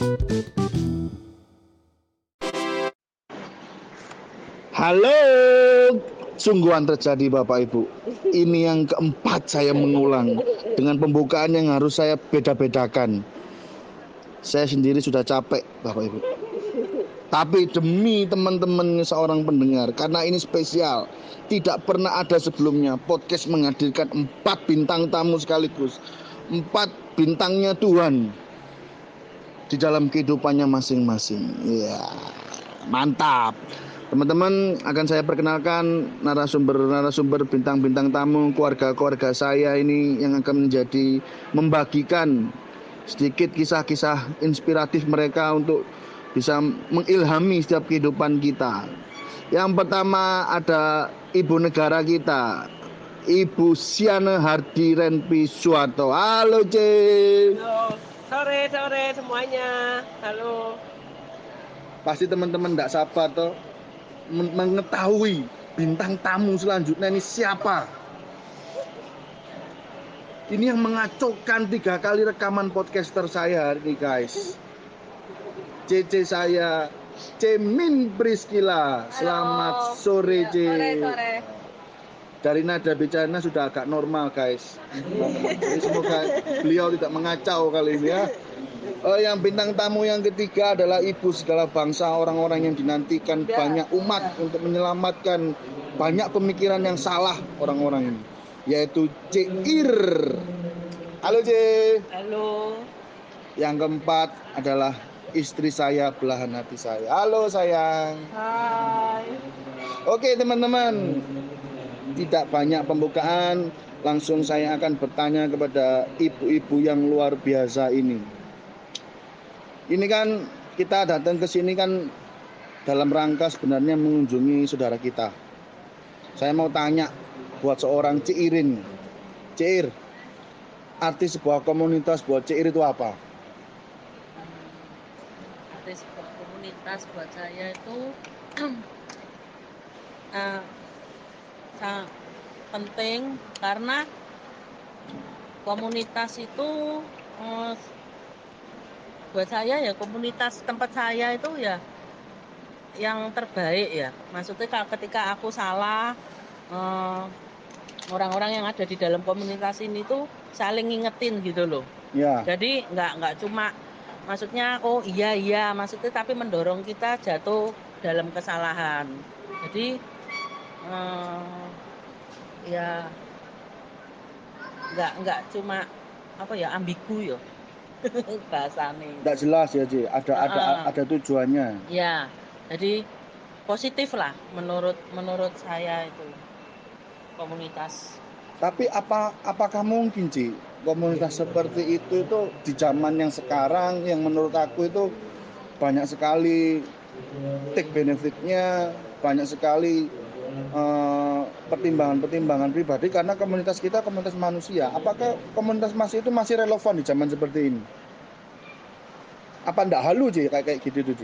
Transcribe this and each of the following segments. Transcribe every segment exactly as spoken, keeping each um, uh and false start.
Halo, sungguhan terjadi Bapak Ibu. Ini yang keempat saya mengulang dengan pembukaan yang harus saya beda-bedakan. Saya sendiri sudah capek Bapak Ibu. Tapi demi teman-teman seorang pendengar, karena ini spesial, tidak pernah ada sebelumnya podcast menghadirkan empat bintang tamu sekaligus. Empat bintangnya Tuhan di dalam kehidupannya masing-masing. Ya, mantap. Teman-teman, akan saya perkenalkan narasumber-narasumber bintang-bintang tamu keluarga-keluarga saya ini yang akan menjadi membagikan sedikit kisah-kisah inspiratif mereka untuk bisa mengilhami setiap kehidupan kita. Yang pertama ada ibu negara kita, Ibu Siana Hardi Renpi Suwarto. Halo, C. Halo, sore sore semuanya. Halo. Pasti teman-teman tidak sabar toh mengetahui bintang tamu selanjutnya ini siapa. Ini yang mengacaukan tiga kali rekaman podcaster saya hari ini guys. C C saya Cemin Priskila. Selamat sore C. Sore sore. Dari nada bicaranya sudah agak normal guys. Jadi semoga beliau tidak mengacau kali ini ya. Oh, yang bintang tamu yang ketiga adalah ibu segala bangsa, orang-orang yang dinantikan ya, banyak umat ya, untuk menyelamatkan banyak pemikiran yang salah orang-orang ini, yaitu Ceir. Halo C. Halo. Yang keempat adalah istri saya, belahan hati saya. Halo sayang. Hai. Oke teman-teman, tidak banyak pembukaan, langsung saya akan bertanya kepada ibu-ibu yang luar biasa ini. Ini kan kita datang ke sini kan dalam rangka sebenarnya mengunjungi saudara kita. Saya mau tanya buat seorang Ciirin. Ciir, arti sebuah komunitas buat Ciir itu apa? Arti sebuah komunitas buat saya itu uh, sangat penting karena komunitas itu uh, buat saya ya, komunitas tempat saya itu ya yang terbaik ya. Maksudnya ketika aku salah, eh, orang-orang yang ada di dalam komunitas ini tuh saling ngingetin gitu loh. Ya. Jadi nggak nggak cuma maksudnya oh iya iya maksudnya, tapi mendorong kita jatuh dalam kesalahan. Jadi eh, ya nggak nggak cuma apa ya, ambigu ya. Bahasanya tidak jelas ya Ci, ada uh, ada ada tujuannya ya. Jadi positif lah menurut menurut saya itu komunitas. Tapi apa apakah mungkin Ci komunitas seperti itu itu di zaman yang sekarang yang menurut aku itu banyak sekali take benefitnya, banyak sekali uh, pertimbangan-pertimbangan pribadi, karena komunitas kita komunitas manusia. Apakah komunitas masih itu masih relevan di zaman seperti ini? Apa ndak halu Ci kayak kayak gitu tuh Ci?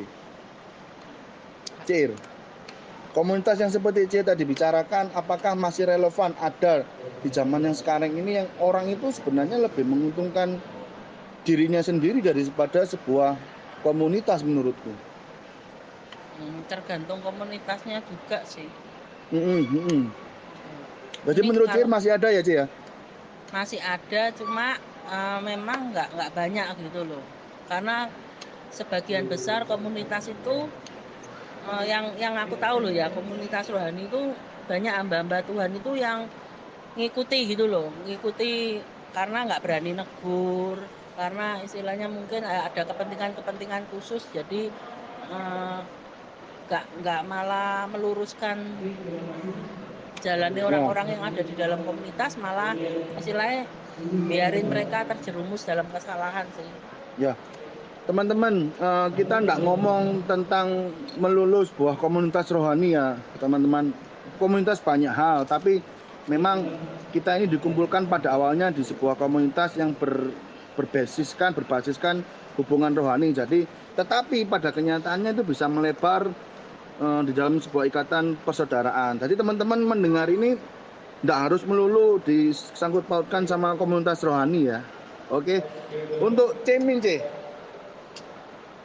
Cir, komunitas yang seperti C tadi bicarakan, apakah masih relevan ada di zaman yang sekarang ini, yang orang itu sebenarnya lebih menguntungkan dirinya sendiri daripada sebuah komunitas menurutku? Hmm, tergantung komunitasnya juga sih. Hmm, hmm. Jadi ini menurut Cir masih ada ya C ya? Masih ada, cuma uh, memang nggak nggak banyak gitu loh. Karena sebagian besar komunitas itu uh, yang yang aku tahu loh ya, komunitas rohani itu banyak hamba-hamba Tuhan itu yang ngikuti gitu loh, ngikuti karena nggak berani negur, karena istilahnya mungkin ada kepentingan-kepentingan khusus, jadi nggak uh, nggak malah meluruskan jalannya orang-orang yang ada di dalam komunitas, malah istilahnya biarin mereka terjerumus dalam kesalahan sih. Ya. Teman-teman, kita nggak ngomong tentang melulu sebuah komunitas rohani ya, teman-teman. Komunitas banyak hal, tapi memang kita ini dikumpulkan pada awalnya di sebuah komunitas yang ber, berbasiskan, berbasiskan hubungan rohani. Jadi, tetapi pada kenyataannya itu bisa melebar uh, di dalam sebuah ikatan persaudaraan. Jadi teman-teman mendengar ini nggak harus melulu disangkut pautkan sama komunitas rohani ya. Oke, untuk Cemin C.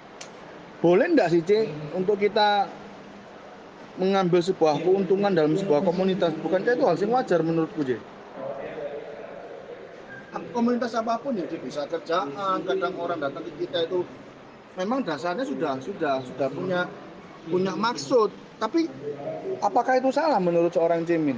boleh enggak sih C untuk kita mengambil sebuah keuntungan dalam sebuah komunitas? Bukankah itu hal yang wajar menurutku C? Komunitas apapun ya, bisa kerjaan, kadang orang datang ke kita itu memang dasarnya sudah sudah sudah punya punya maksud, tapi apakah itu salah menurut seorang Cimin?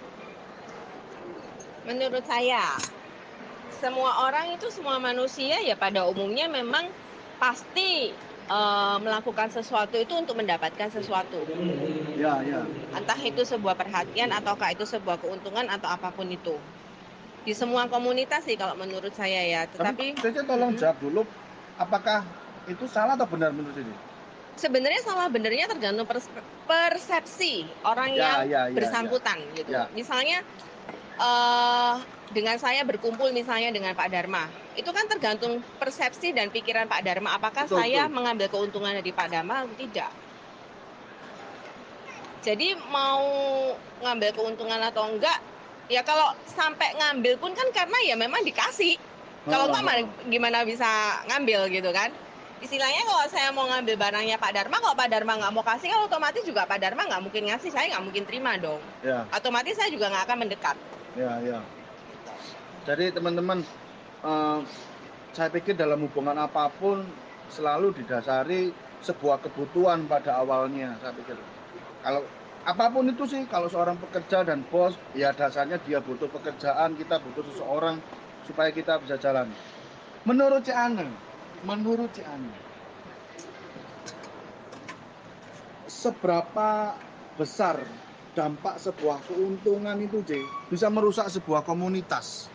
Menurut saya, semua orang itu, semua manusia ya pada umumnya memang pasti uh, melakukan sesuatu itu untuk mendapatkan sesuatu. Ya, ya. Entah itu sebuah perhatian ataukah itu sebuah keuntungan atau apapun itu. Di semua komunitas sih kalau menurut saya ya. Tetapi Tapi tolong hmm. jawab dulu, apakah itu salah atau benar menurut ini? Sebenarnya salah benernya tergantung persepsi orang ya, yang ya, ya, bersangkutan ya. gitu. Ya. Misalnya uh, dengan saya berkumpul misalnya dengan Pak Dharma, itu kan tergantung persepsi dan pikiran Pak Dharma. Apakah betul, saya betul. mengambil keuntungan dari Pak Dharma atau tidak? Jadi mau ngambil keuntungan atau enggak, ya kalau sampai ngambil pun kan karena ya memang dikasih. Oh. Kalau enggak gimana bisa ngambil gitu kan? Istilahnya kalau saya mau ngambil barangnya Pak Dharma, kalau Pak Dharma nggak mau kasih, kan otomatis juga Pak Dharma nggak mungkin ngasih, saya nggak mungkin terima dong. Ya. Otomatis saya juga nggak akan mendekat. Ya, ya. Jadi teman-teman, eh, saya pikir dalam hubungan apapun selalu didasari sebuah kebutuhan pada awalnya. Saya pikir kalau apapun itu sih, kalau seorang pekerja dan bos, ya dasarnya dia butuh pekerjaan, kita butuh seseorang supaya kita bisa jalan. Menurut Cik Ana, menurut Cik Ana, seberapa besar dampak sebuah keuntungan itu Cik bisa merusak sebuah komunitas?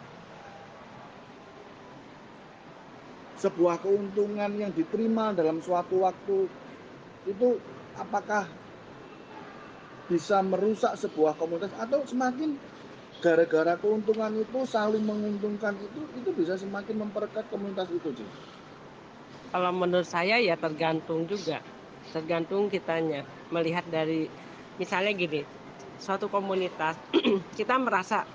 Sebuah keuntungan yang diterima dalam suatu waktu itu apakah bisa merusak sebuah komunitas, atau semakin gara-gara keuntungan itu saling menguntungkan itu itu bisa semakin mempererat komunitas itu Cik? Kalau menurut saya ya tergantung juga, tergantung kitanya melihat dari misalnya gini, suatu komunitas kita merasa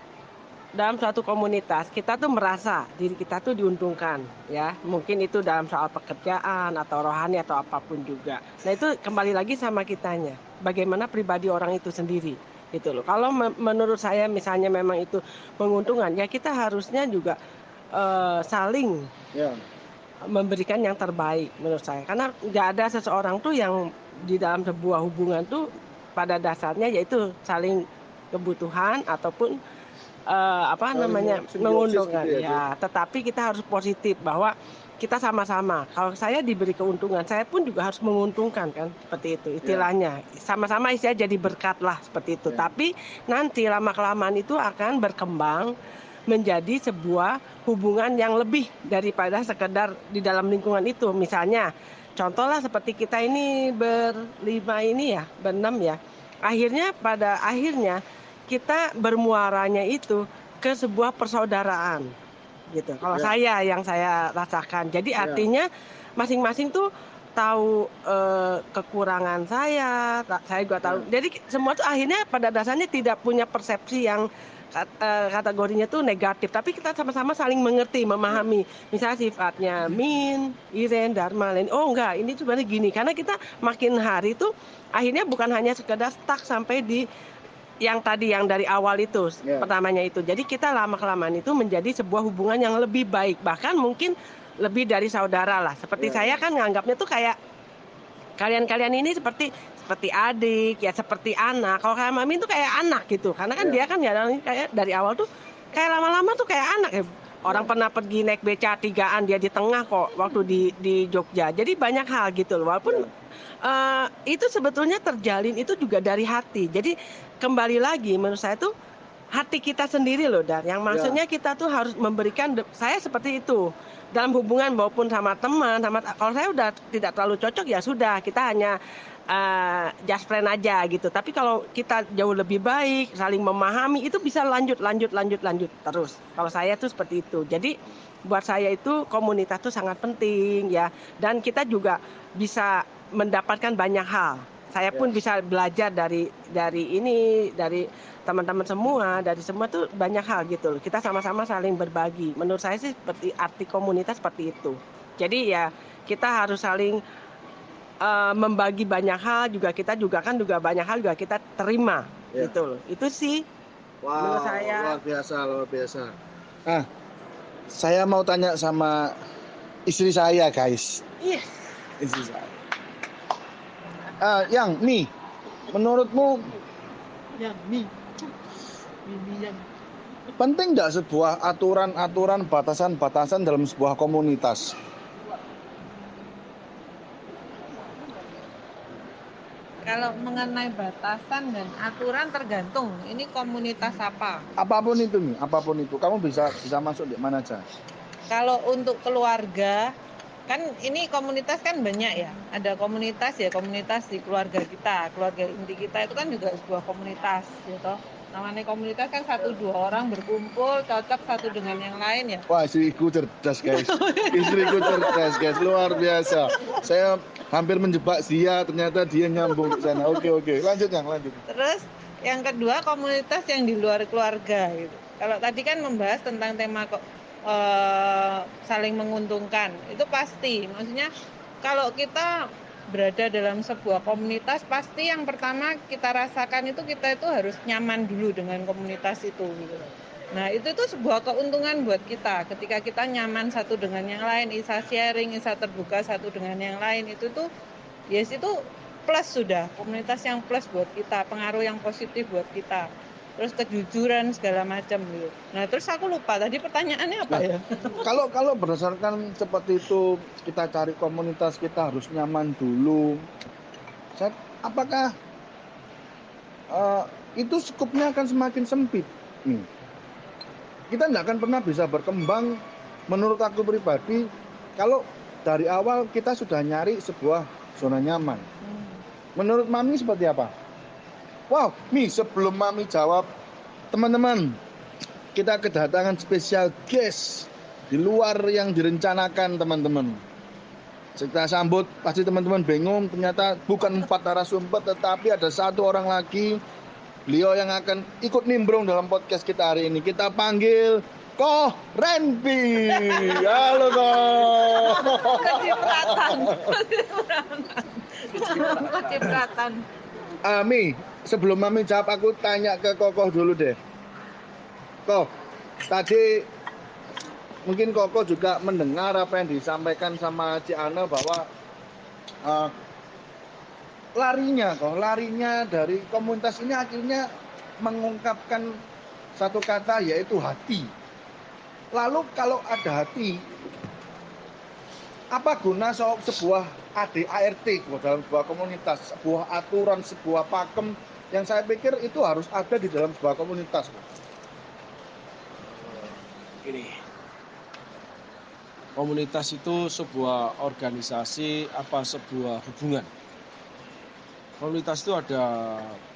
dalam suatu komunitas kita tuh merasa diri kita tuh diuntungkan ya, mungkin itu dalam soal pekerjaan atau rohani atau apapun juga. Nah itu kembali lagi sama kitanya, bagaimana pribadi orang itu sendiri gitu loh. Kalau me- menurut saya misalnya memang itu menguntungkan, ya kita harusnya juga uh, saling yeah. memberikan yang terbaik menurut saya, karena nggak ada seseorang tuh yang di dalam sebuah hubungan tuh pada dasarnya yaitu saling kebutuhan ataupun Uh, apa saling namanya menguntungkan gitu ya, ya. Tetapi kita harus positif bahwa kita sama-sama. Kalau saya diberi keuntungan, saya pun juga harus menguntungkan kan, seperti itu istilahnya. Ya. Sama-sama istilah jadi berkat lah seperti itu. Ya. Tapi nanti lama kelamaan itu akan berkembang menjadi sebuah hubungan yang lebih daripada sekedar di dalam lingkungan itu. Misalnya, contohlah seperti kita ini berlima ini ya, berenam ya. Akhirnya pada akhirnya kita bermuaranya itu ke sebuah persaudaraan gitu. Kalau ya. saya yang saya rasakan. Jadi ya. Artinya masing-masing tuh tahu eh, kekurangan saya, saya juga tahu. Ya. Jadi semua tuh akhirnya pada dasarnya tidak punya persepsi yang kategorinya tuh negatif, tapi kita sama-sama saling mengerti, memahami. Misalnya sifatnya Min, Iren, Dharma, Leni. Oh enggak, ini sebenarnya gini. Karena kita makin hari tuh akhirnya bukan hanya sekedar stuck sampai di yang tadi yang dari awal itu yeah. pertamanya itu. Jadi kita lama-kelamaan itu menjadi sebuah hubungan yang lebih baik, bahkan mungkin lebih dari saudara lah. Seperti yeah. saya kan nganggapnya tuh kayak kalian-kalian ini seperti seperti adik ya, seperti anak. Kalau kayak Mami itu kayak anak gitu, karena kan yeah. dia kan ya kayak dari awal tuh kayak lama-lama tuh kayak anak ya. Orang yeah. pernah pergi naik beca tigaan, dia di tengah kok waktu di di Jogja. Jadi banyak hal gitu loh. Walaupun yeah. Uh, itu sebetulnya terjalin itu juga dari hati. Jadi kembali lagi menurut saya tuh hati kita sendiri loh, Dar. Yang maksudnya ya. Kita tuh harus memberikan, saya seperti itu dalam hubungan maupun sama teman, sama kalau saya udah tidak terlalu cocok ya sudah, kita hanya uh, just friend aja gitu. Tapi kalau kita jauh lebih baik, saling memahami, itu bisa lanjut, lanjut, lanjut, lanjut terus. Kalau saya tuh seperti itu. Jadi buat saya itu komunitas tuh sangat penting ya, dan kita juga bisa mendapatkan banyak hal. Saya pun ya. bisa belajar dari dari ini, dari teman-teman semua, dari semua tuh banyak hal gitu loh. Kita sama-sama saling berbagi. Menurut saya sih seperti arti komunitas seperti itu. Jadi ya kita harus saling uh, membagi banyak hal juga kita juga kan juga banyak hal juga kita terima Ya. gitu loh. Itu sih Wow, menurut saya. luar biasa, luar biasa. Nah, saya mau tanya sama istri saya, guys. Iya. Istri saya. Ah, yang Mi, menurutmu Yang Mi, Mi yang penting nggak sebuah aturan-aturan, batasan-batasan dalam sebuah komunitas? Kalau mengenai batasan dan aturan tergantung ini komunitas apa. Apapun itu Mi, apapun itu, kamu bisa bisa masuk di mana aja. Kalau untuk keluarga, kan ini komunitas kan banyak ya. Ada komunitas ya, komunitas di keluarga kita, keluarga inti kita itu kan juga sebuah komunitas, gitu. Namanya komunitas kan satu dua orang berkumpul, cocok satu dengan yang lain ya. Wah, istriku cerdas, guys. Istriku cerdas, guys, luar biasa. Saya hampir menjebak dia, ternyata dia nyambung ke sana. Oke, oke, lanjut yang lanjut. Terus yang kedua komunitas yang di luar keluarga gitu. Kalau tadi kan membahas tentang tema kok Uh, saling menguntungkan itu pasti, maksudnya kalau kita berada dalam sebuah komunitas pasti yang pertama kita rasakan itu kita itu harus nyaman dulu dengan komunitas itu gitu. Nah itu tuh sebuah keuntungan buat kita ketika kita nyaman satu dengan yang lain, bisa sharing, bisa terbuka satu dengan yang lain, itu tuh yes itu plus, sudah komunitas yang plus buat kita, pengaruh yang positif buat kita. Terus kejujuran segala macam gitu. Nah terus aku lupa tadi pertanyaannya apa ya? Kalau kalau berdasarkan seperti itu kita cari komunitas kita harus nyaman dulu. Saya, apakah uh, itu skupnya akan semakin sempit? Nih, kita nggak akan pernah bisa berkembang. Menurut aku pribadi, kalau dari awal kita sudah nyari sebuah zona nyaman. Menurut Mami seperti apa? Wow, Mi, sebelum Mami jawab, teman-teman, kita kedatangan spesial guest di luar yang direncanakan, teman-teman. Kita sambut, pasti teman-teman bingung, ternyata bukan empat narasumber, tetapi ada satu orang lagi, beliau yang akan ikut nimbrung dalam podcast kita hari ini. Kita panggil Ko Renpi. Halo Ko. Kecipratan. Kecipratan. Ami, sebelum Mami jawab, aku tanya ke Kokoh dulu deh. Koh, tadi mungkin Kokoh juga mendengar apa yang disampaikan sama Ci Ana bahwa uh, larinya, Koh, larinya dari komunitas ini akhirnya mengungkapkan satu kata yaitu hati. Lalu kalau ada hati, apa guna sebuah A D A R T dalam sebuah komunitas, sebuah aturan, sebuah pakem yang saya pikir itu harus ada di dalam sebuah komunitas. Gini, komunitas itu sebuah organisasi apa sebuah hubungan. Komunitas itu ada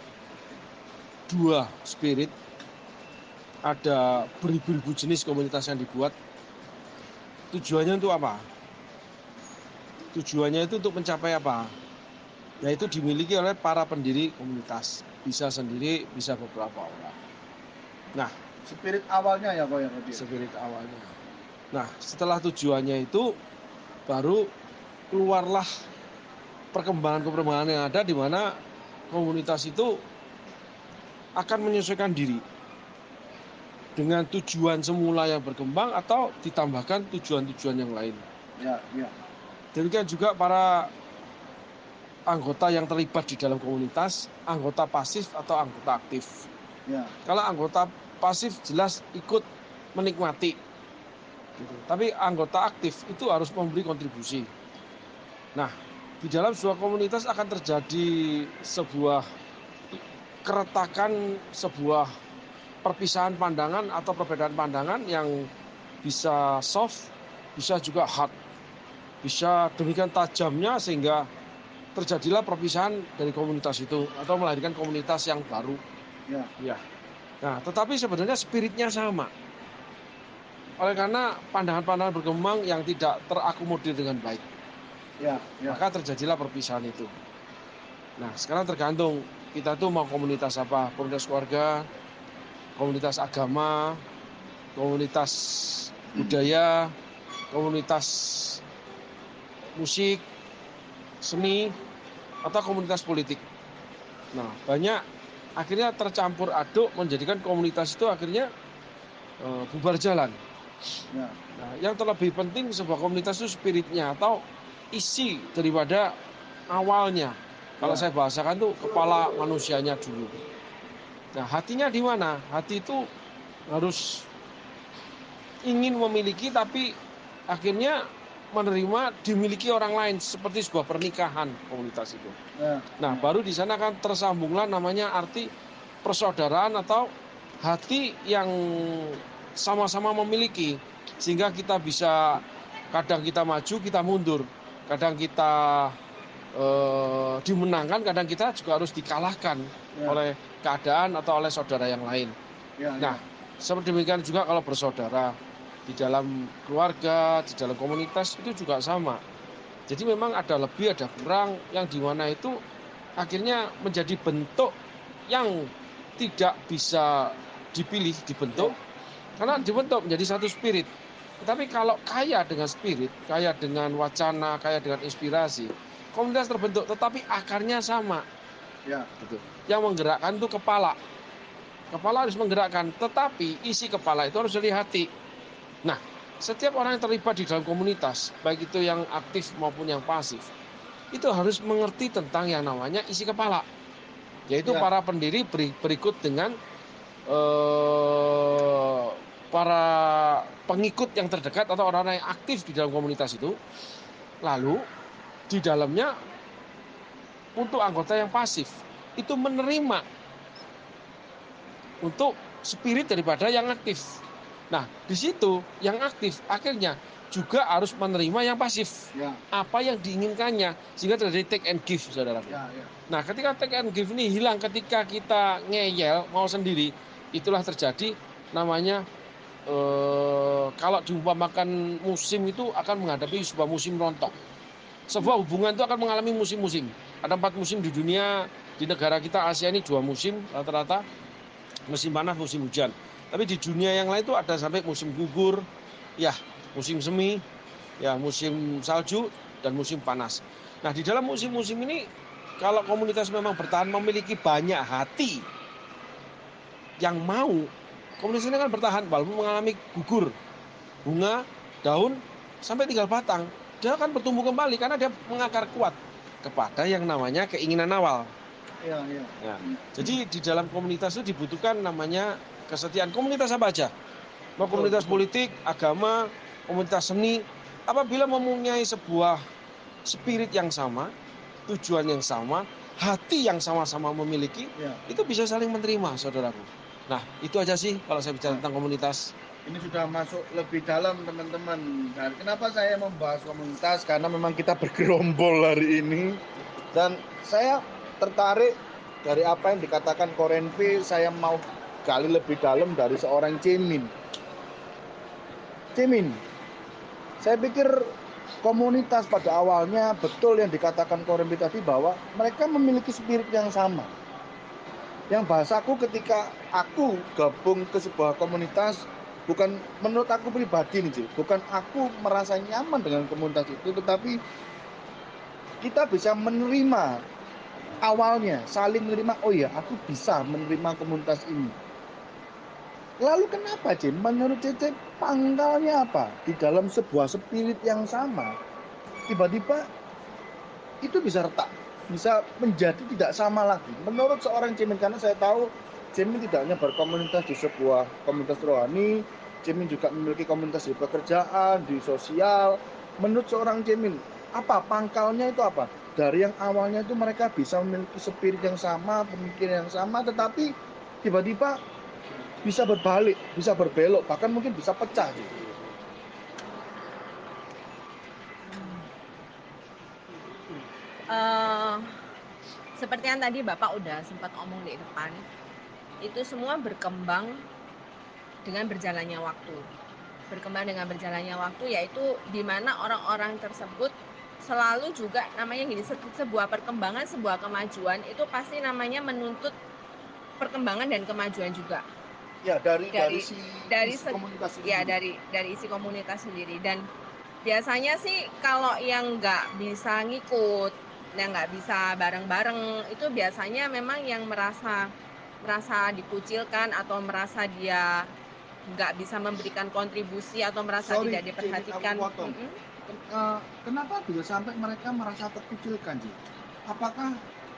dua spirit, ada beribu-ribu jenis komunitas yang dibuat. Tujuannya untuk apa? Tujuannya itu untuk mencapai apa? Yaitu dimiliki oleh para pendiri komunitas. Bisa sendiri, bisa beberapa orang. Nah, spirit awalnya ya Ko yang lebih. Spirit awalnya. Nah, setelah tujuannya itu baru keluarlah perkembangan-perkembangan yang ada di mana komunitas itu akan menyesuaikan diri dengan tujuan semula yang berkembang atau ditambahkan tujuan-tujuan yang lain. Ya, ya. Demikian juga para anggota yang terlibat di dalam komunitas, anggota pasif atau anggota aktif. Ya. Kalau anggota pasif jelas ikut menikmati, gitu. Tapi anggota aktif itu harus memberi kontribusi. Nah, di dalam sebuah komunitas akan terjadi sebuah keretakan, sebuah perpisahan pandangan atau perbedaan pandangan yang bisa soft, bisa juga hard. Bisa demikian tajamnya sehingga terjadilah perpisahan dari komunitas itu atau melahirkan komunitas yang baru. Ya. Ya. Nah, tetapi sebenarnya spiritnya sama. Oleh karena pandangan-pandangan berkembang yang tidak terakomodir dengan baik. Ya, ya. Maka terjadilah perpisahan itu. Nah, sekarang tergantung kita tuh mau komunitas apa? Komunitas keluarga, komunitas agama, komunitas budaya, komunitas musik, seni, atau komunitas politik. Nah, banyak akhirnya tercampur aduk menjadikan komunitas itu akhirnya e, bubar jalan. Ya. Nah, yang terlebih penting sebuah komunitas itu spiritnya atau isi daripada awalnya. Kalau Ya. saya bahasakan tuh kepala manusianya dulu. Nah, hatinya di mana? Hati itu harus ingin memiliki tapi akhirnya menerima dimiliki orang lain seperti sebuah pernikahan komunitas itu. Ya. Nah, baru di sana kan tersambunglah namanya arti persaudaraan atau hati yang sama-sama memiliki sehingga kita bisa kadang kita maju, kita mundur, kadang kita eh, dimenangkan, kadang kita juga harus dikalahkan Ya. oleh keadaan atau oleh saudara yang lain. Ya, Nah, ya. seperti demikian juga kalau bersaudara di dalam keluarga, di dalam komunitas itu juga sama. Jadi memang ada lebih, ada kurang, yang dimana itu akhirnya menjadi bentuk yang tidak bisa dipilih, dibentuk, karena dibentuk menjadi satu spirit. Tetapi kalau kaya dengan spirit, kaya dengan wacana, kaya dengan inspirasi, komunitas terbentuk, tetapi akarnya sama. Ya. Gitu. Yang menggerakkan itu kepala. Kepala harus menggerakkan, tetapi isi kepala itu harus dari hati. Nah, setiap orang yang terlibat di dalam komunitas, baik itu yang aktif maupun yang pasif, itu harus mengerti tentang yang namanya isi kepala. Yaitu Ya. para pendiri berikut dengan eh, para pengikut yang terdekat atau orang-orang yang aktif di dalam komunitas itu. Lalu di dalamnya untuk anggota yang pasif itu menerima untuk spirit daripada yang aktif. Nah, di situ yang aktif akhirnya juga harus menerima yang pasif. Ya. Apa yang diinginkannya sehingga terjadi take and give, saudara. Ya, ya. Nah, ketika take and give ini hilang ketika kita ngeyel mau sendiri, itulah terjadi namanya eh, kalau diumpamakan musim itu akan menghadapi sebuah musim rontok. Sebuah hubungan itu akan mengalami musim-musim. Ada empat musim di dunia, di negara kita Asia ini dua musim rata-rata. Musim panas, musim hujan. Tapi di dunia yang lain itu ada sampai musim gugur, ya musim semi, ya musim salju dan musim panas. Nah, di dalam musim-musim ini kalau komunitas memang bertahan memiliki banyak hati yang mau, komunitas ini akan bertahan walaupun mengalami gugur, bunga, daun sampai tinggal batang. Dia akan bertumbuh kembali karena dia mengakar kuat kepada yang namanya keinginan awal. Ya, ya. Ya. Jadi di dalam komunitas itu dibutuhkan namanya kesetiaan. Komunitas apa aja? Mau komunitas politik, agama, komunitas seni, apabila mempunyai sebuah spirit yang sama, tujuan yang sama, hati yang sama-sama memiliki, Ya. itu bisa saling menerima, saudaraku. Nah, itu aja sih kalau saya bicara tentang komunitas. Ini sudah masuk lebih dalam, teman-teman. Dan kenapa saya membahas komunitas? Karena memang kita bergerombol hari ini. Dan saya tertarik dari apa yang dikatakan Korenvi. Saya mau gali lebih dalam dari seorang Cemin. Cemin, saya pikir komunitas pada awalnya betul yang dikatakan Korenvi tadi, bahwa mereka memiliki spirit yang sama. Yang bahasaku ketika aku gabung ke sebuah komunitas, bukan menurut aku pribadi nih, bukan aku merasa nyaman dengan komunitas itu, tetapi kita bisa menerima awalnya, saling menerima, oh ya aku bisa menerima komunitas ini. Lalu kenapa, Jim? Menurut Cece, pangkalnya apa? Di dalam sebuah spirit yang sama, tiba-tiba itu bisa retak, bisa menjadi tidak sama lagi. Menurut seorang Cemin, karena saya tahu Cemin tidak hanya berkomunitas di sebuah komunitas rohani, Cemin juga memiliki komunitas di pekerjaan, di sosial. Menurut seorang Cemin, apa pangkalnya itu apa? Dari yang awalnya itu mereka bisa memiliki spirit yang sama, pemikiran yang sama, tetapi tiba-tiba bisa berbalik, bisa berbelok, bahkan mungkin bisa pecah. Eh, seperti yang tadi Bapak udah sempat omong di depan, itu semua berkembang dengan berjalannya waktu. Berkembang dengan berjalannya waktu, yaitu di mana orang-orang tersebut selalu juga namanya gini, sebuah perkembangan, sebuah kemajuan itu pasti namanya menuntut perkembangan dan kemajuan juga. Ya, dari dari, Dari si dari isi se- komunitas ini. ya dari dari isi komunitas sendiri. Dan biasanya sih kalau yang nggak bisa ngikut, yang nggak bisa bareng-bareng itu biasanya memang yang merasa merasa dikucilkan atau merasa dia nggak bisa memberikan kontribusi atau merasa Sorry, tidak Cik, diperhatikan. aku potong. Mm-mm. Ken- eh, kenapa bisa sampai mereka merasa terkucilkan, Ji? Apakah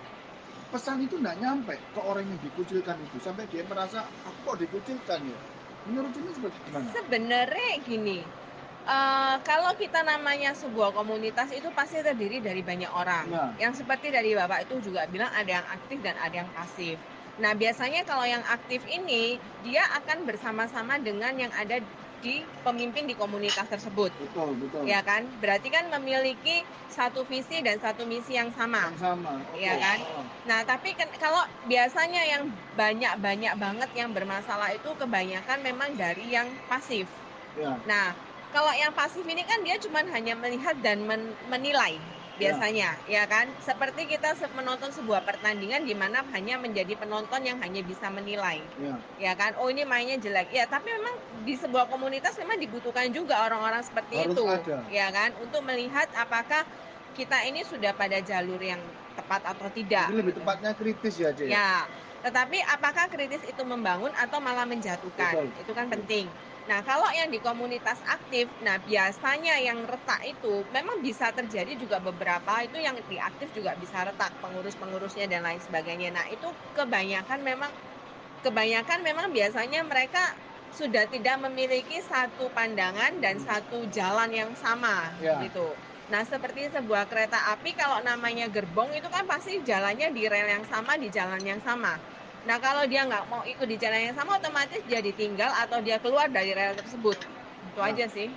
pesan itu nggak nyampe ke orang yang dikucilkan itu sampai dia merasa aku kok dikucilkan ya? Menurut ini seperti gimana? Sebenarnya gini, eh, kalau kita namanya sebuah komunitas itu pasti terdiri dari banyak orang. Ya. Yang seperti dari Bapak itu juga bilang ada yang aktif dan ada yang pasif. Nah biasanya kalau yang aktif ini dia akan bersama-sama dengan yang ada di pemimpin di komunitas tersebut. Betul, betul. Ya kan? Berarti kan memiliki satu visi dan satu misi yang sama. Yang sama. Oke. Ya kan? Oh. Nah, tapi kan kalau biasanya yang banyak-banyak banget yang bermasalah itu kebanyakan memang dari yang pasif. Ya. Nah, kalau yang pasif ini kan dia cuma hanya melihat dan men- menilai biasanya, ya. ya kan? Seperti kita se- menonton sebuah pertandingan di mana hanya menjadi penonton yang hanya bisa menilai. Ya. Ya kan? Oh, ini mainnya jelek. Ya, tapi memang di sebuah komunitas memang dibutuhkan juga orang-orang seperti Harus itu. ada. Ya kan? Untuk melihat apakah kita ini sudah pada jalur yang tepat atau tidak. Jadi lebih tepatnya kritis ya, Cik? Ya, tetapi apakah kritis itu membangun atau malah menjatuhkan? Betul. Itu kan penting. Nah, kalau yang di komunitas aktif, nah biasanya yang retak itu memang bisa terjadi juga beberapa itu yang di aktif juga bisa retak, pengurus-pengurusnya dan lain sebagainya. Nah, itu kebanyakan memang kebanyakan memang biasanya mereka sudah tidak memiliki satu pandangan dan satu jalan yang sama, Ya. gitu. Nah, seperti sebuah kereta api kalau namanya gerbong itu kan pasti jalannya di rel yang sama, di jalan yang sama. Nah, kalau dia nggak mau ikut di jalan yang sama, otomatis dia ditinggal atau dia keluar dari rel tersebut. Itu Ya. aja sih.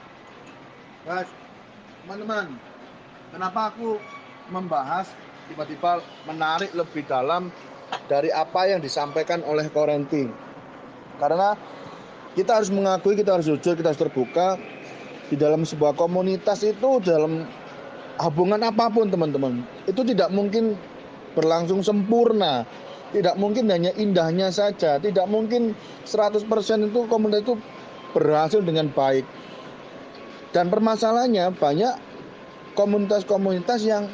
Guys, teman-teman, kenapa aku membahas tiba-tiba menarik lebih dalam dari apa yang disampaikan oleh Korenti? Karena kita harus mengakui, kita harus jujur, kita harus terbuka di dalam sebuah komunitas itu, dalam hubungan apapun teman-teman, itu tidak mungkin berlangsung sempurna, tidak mungkin hanya indahnya saja, tidak mungkin seratus persen itu komunitas itu berhasil dengan baik. Dan permasalahannya banyak komunitas-komunitas yang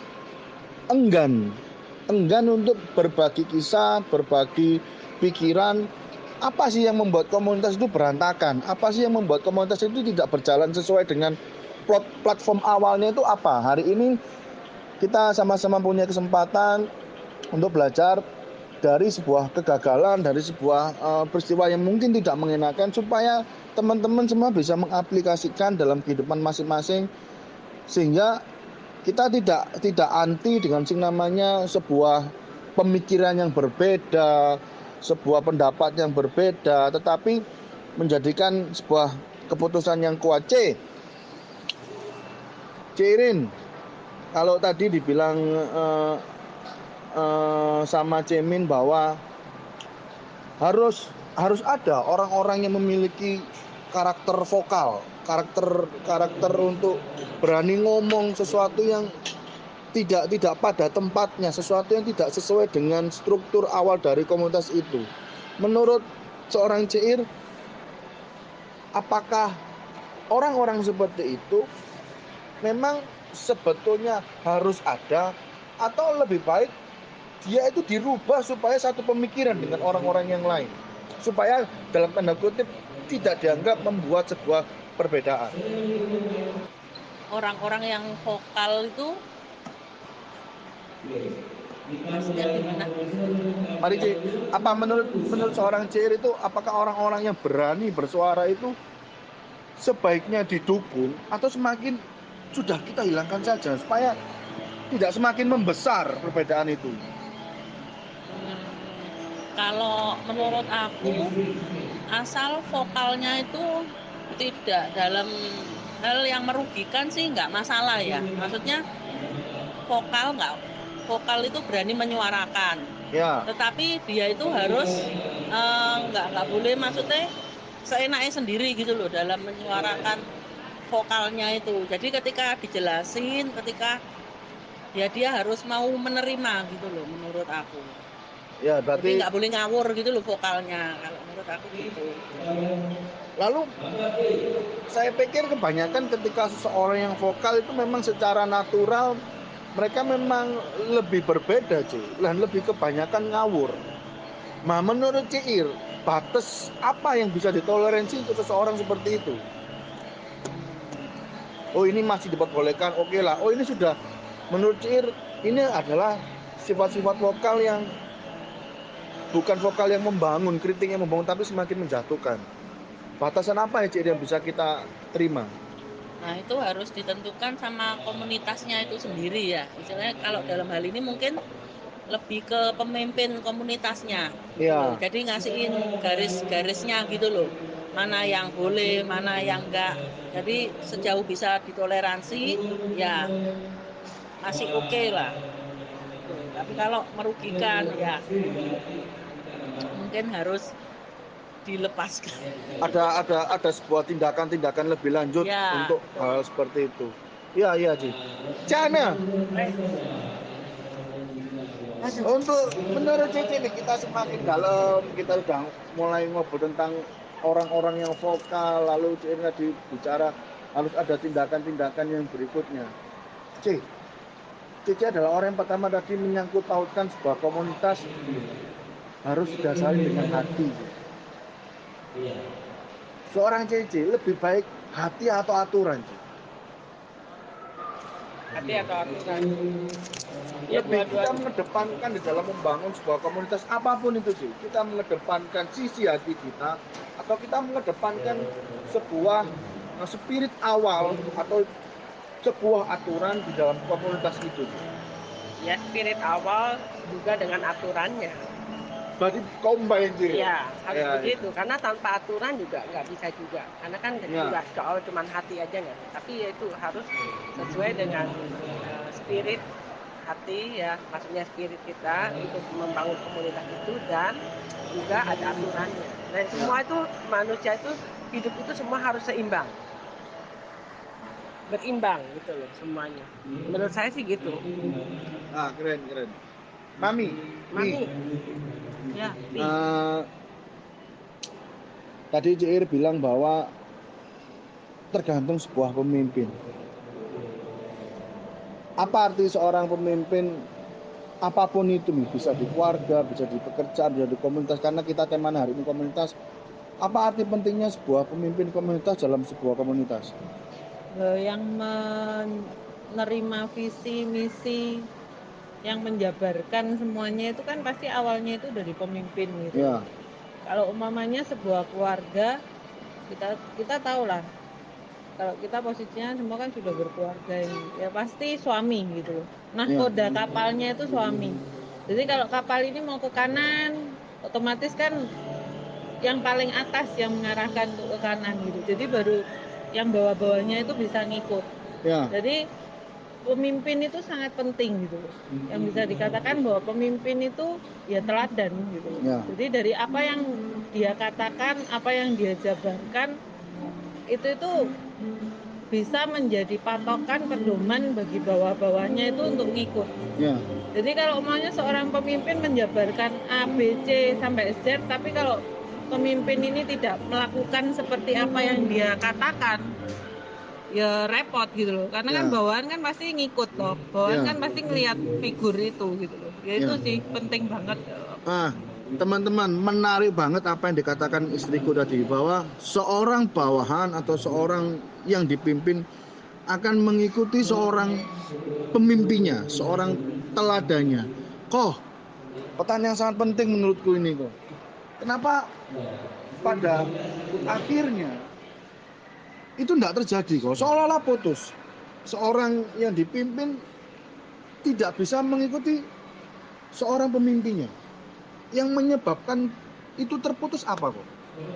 enggan enggan untuk berbagi kisah, berbagi pikiran. Apa sih yang membuat komunitas itu berantakan? Apa sih yang membuat komunitas itu tidak berjalan sesuai dengan plot, platform awalnya itu apa? Hari ini kita sama-sama punya kesempatan untuk belajar dari sebuah kegagalan, dari sebuah uh, peristiwa yang mungkin tidak mengenakan, supaya teman-teman semua bisa mengaplikasikan dalam kehidupan masing-masing, sehingga kita tidak tidak anti dengan sing namanya sebuah pemikiran yang berbeda, sebuah pendapat yang berbeda, tetapi menjadikan sebuah keputusan yang kuat. C Cirin, kalau tadi dibilang uh, uh, sama Cemin bahwa harus harus ada orang-orang yang memiliki karakter vokal, karakter karakter untuk berani ngomong sesuatu yang tidak tidak pada tempatnya, sesuatu yang tidak sesuai dengan struktur awal dari komunitas itu. Menurut seorang Ceir, apakah orang-orang seperti itu memang sebetulnya harus ada, atau lebih baik dia itu dirubah supaya satu pemikiran dengan orang-orang yang lain, supaya dalam tanda kutip tidak dianggap membuat sebuah perbedaan? Orang-orang yang vokal itu maksudnya gimana? Mari Cik, apa menurut menurut seorang Cir itu, apakah orang-orang yang berani bersuara itu sebaiknya didukung atau semakin sudah kita hilangkan saja supaya tidak semakin membesar perbedaan itu? Hmm, kalau menurut aku, asal vokalnya itu tidak dalam hal yang merugikan sih nggak masalah ya. Maksudnya vokal nggak vokal itu berani menyuarakan, Ya, tetapi dia itu harus eh, nggak nggak boleh maksudnya seenaknya sendiri gitu loh dalam menyuarakan vokalnya itu. Jadi ketika dijelasin, ketika ya dia harus mau menerima gitu loh menurut aku. ya Jadi berarti. nggak boleh ngawur gitu loh vokalnya kalau menurut aku gitu. Lalu saya pikir kebanyakan ketika seseorang yang vokal itu memang secara natural mereka memang lebih berbeda cuy, dan lebih kebanyakan ngawur. Nah menurut Ciir, batas apa yang bisa ditoleransi untuk seseorang seperti itu? Oh ini masih diperbolehkan, oke okay lah. Oh ini sudah, menurut Ciir ini adalah sifat-sifat vokal yang bukan vokal yang membangun, kritik yang membangun, tapi semakin menjatuhkan. Batasan apa ya Ciir yang bisa kita terima? Nah itu harus ditentukan sama komunitasnya itu sendiri ya. Misalnya kalau dalam hal ini mungkin lebih ke pemimpin komunitasnya. Iya. Jadi ngasihin garis-garisnya gitu loh. Mana yang boleh, mana yang enggak. Jadi sejauh bisa ditoleransi, ya masih oke okay lah. Tapi kalau merugikan, ya mungkin harus dilepaskan. Ada ada ada sebuah tindakan-tindakan lebih lanjut Ya, untuk betul. hal seperti itu. Iya iya Ci. Cana. Untuk menurut Cici nih, kita semakin dalam, kita udah mulai ngobrol tentang orang-orang yang vokal, lalu Cici tadi bicara harus ada tindakan-tindakan yang berikutnya. Cici, Cici adalah orang yang pertama tadi menyangkut pautkan sebuah komunitas harus didasari dengan hati. Seorang Cici lebih baik hati atau aturan? Cici? Hati atau aturan? Ya Lebih kita dua-duanya. mengedepankan di dalam membangun sebuah komunitas apapun itu sih, kita mengedepankan sisi hati kita atau kita mengedepankan sebuah uh, spirit awal atau sebuah aturan di dalam komunitas itu. Ya spirit awal juga dengan aturannya. Berarti combine sih. Ya harus Ya, begitu, karena tanpa aturan juga nggak bisa juga. Karena kan Ya. juga soal cuman hati aja nggak. Tapi ya itu harus sesuai dengan uh, spirit hati ya, maksudnya spirit kita untuk membangun komunitas itu, dan juga ada aturannya. Dan semua itu manusia itu hidup itu semua harus seimbang, berimbang gitu loh semuanya. Menurut saya sih gitu. Ah, keren keren. Mami, Mami, nih, Ya, uh, tadi Ciir bilang bahwa tergantung sebuah pemimpin. Apa arti seorang pemimpin? Apapun itu, bisa di keluarga, bisa di pekerjaan, bisa di komunitas, karena kita temanya hari ini komunitas. Apa arti pentingnya sebuah pemimpin komunitas dalam sebuah komunitas? Yang menerima visi misi, yang menjabarkan semuanya itu kan pasti awalnya itu dari pemimpin gitu. Ya. Kalau umpamanya sebuah keluarga, kita kita tahu lah, kalau kita posisinya semua kan sudah berkeluarga ini, ya pasti suami gitu loh. Nah Ya. koda kapalnya itu suami. Jadi kalau kapal ini mau ke kanan, otomatis kan yang paling atas yang mengarahkan ke kanan gitu. Jadi baru yang bawah-bawahnya itu bisa ngikut. Ya. Jadi pemimpin itu sangat penting gitu loh. Yang bisa dikatakan bahwa pemimpin itu ya teladan gitu loh. Ya. Jadi dari apa yang dia katakan, apa yang dia jabarkan, itu itu bisa menjadi patokan pedoman bagi bawah-bawahnya itu untuk ngikut. Ya. Jadi kalau umumnya seorang pemimpin menjabarkan A, B, C sampai Z, tapi kalau pemimpin ini tidak melakukan seperti apa yang dia katakan, ya repot gitu loh. Karena kan Ya. bawahan kan pasti ngikut loh. Bawahan Ya. kan pasti ngelihat figur itu gitu loh. Ya itu Ya. sih penting banget. Ah, teman-teman, menarik banget apa yang dikatakan istriku tadi, bahwa seorang bawahan atau seorang yang dipimpin akan mengikuti seorang pemimpinnya, seorang teladannya. Kok, pertanyaan sangat penting menurutku ini kok. Kenapa pada akhirnya itu tidak terjadi kok? Seolah-olah putus. Seorang yang dipimpin tidak bisa mengikuti seorang pemimpinnya. Yang menyebabkan itu terputus apa kok?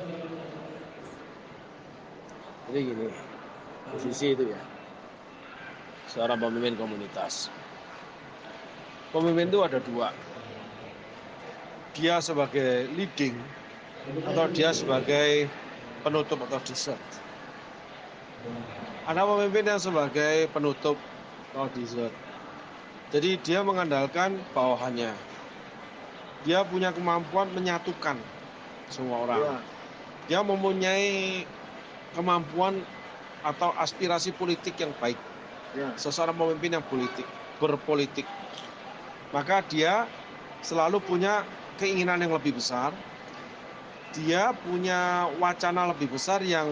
Jadi gini, posisi itu ya, seorang pemimpin komunitas. Pemimpin itu ada dua. Dia sebagai leading atau dia sebagai penutup atau dessert. Ada pemimpin yang sebagai penutup atau dessert. Jadi dia mengandalkan bawahannya. Dia punya kemampuan menyatukan semua orang. Ya. Dia mempunyai kemampuan atau aspirasi politik yang baik. Ya. Seseorang pemimpin yang politik, berpolitik, maka dia selalu punya keinginan yang lebih besar. Dia punya wacana lebih besar yang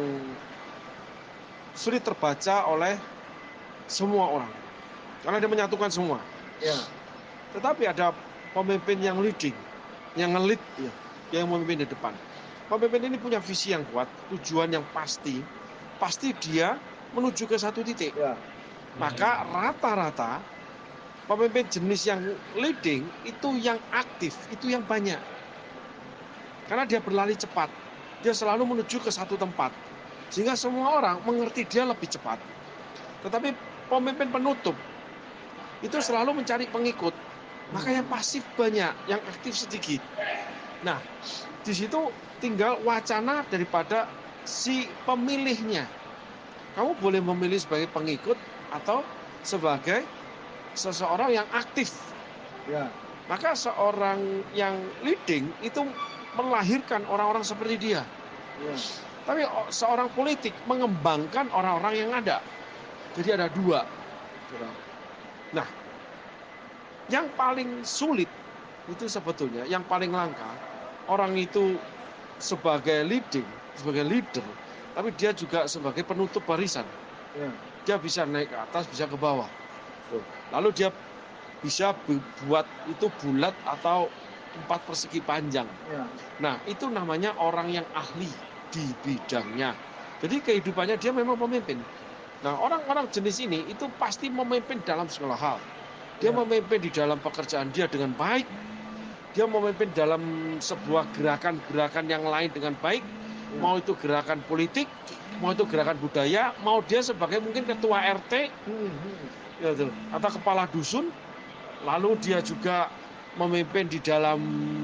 sulit terbaca oleh semua orang, karena dia menyatukan semua. Ya. Tetapi ada pemimpin yang leading, yang ngelit, ya, yang memimpin di depan. Pemimpin ini punya visi yang kuat, tujuan yang pasti, pasti dia menuju ke satu titik. Ya. Maka rata-rata pemimpin jenis yang leading itu yang aktif, itu yang banyak. Karena dia berlari cepat, dia selalu menuju ke satu tempat, sehingga semua orang mengerti dia lebih cepat. Tetapi pemimpin penutup itu selalu mencari pengikut, maka yang pasif banyak, yang aktif sedikit. Nah, di situ tinggal wacana daripada si pemilihnya. Kamu boleh memilih sebagai pengikut atau sebagai seseorang yang aktif. Ya. Maka seorang yang leading itu melahirkan orang-orang seperti dia. Ya. Tapi seorang politik mengembangkan orang-orang yang ada. Jadi ada dua. Nah, yang paling sulit itu sebetulnya, yang paling langka, orang itu sebagai leading, sebagai leader, tapi dia juga sebagai penutup barisan. Ya. Dia bisa naik ke atas, bisa ke bawah. Lalu dia bisa buat itu bulat atau empat persegi panjang. Ya. Nah, itu namanya orang yang ahli di bidangnya. Jadi kehidupannya dia memang pemimpin. Nah, orang-orang jenis ini itu pasti memimpin dalam segala hal. Dia Ya. memimpin di dalam pekerjaan dia dengan baik. Dia memimpin dalam sebuah gerakan-gerakan yang lain dengan baik. Ya. Mau itu gerakan politik, mau itu gerakan budaya, mau dia sebagai mungkin ketua R T, Hmm, hmm. ya, tuh, atau kepala dusun. Lalu dia juga memimpin di dalam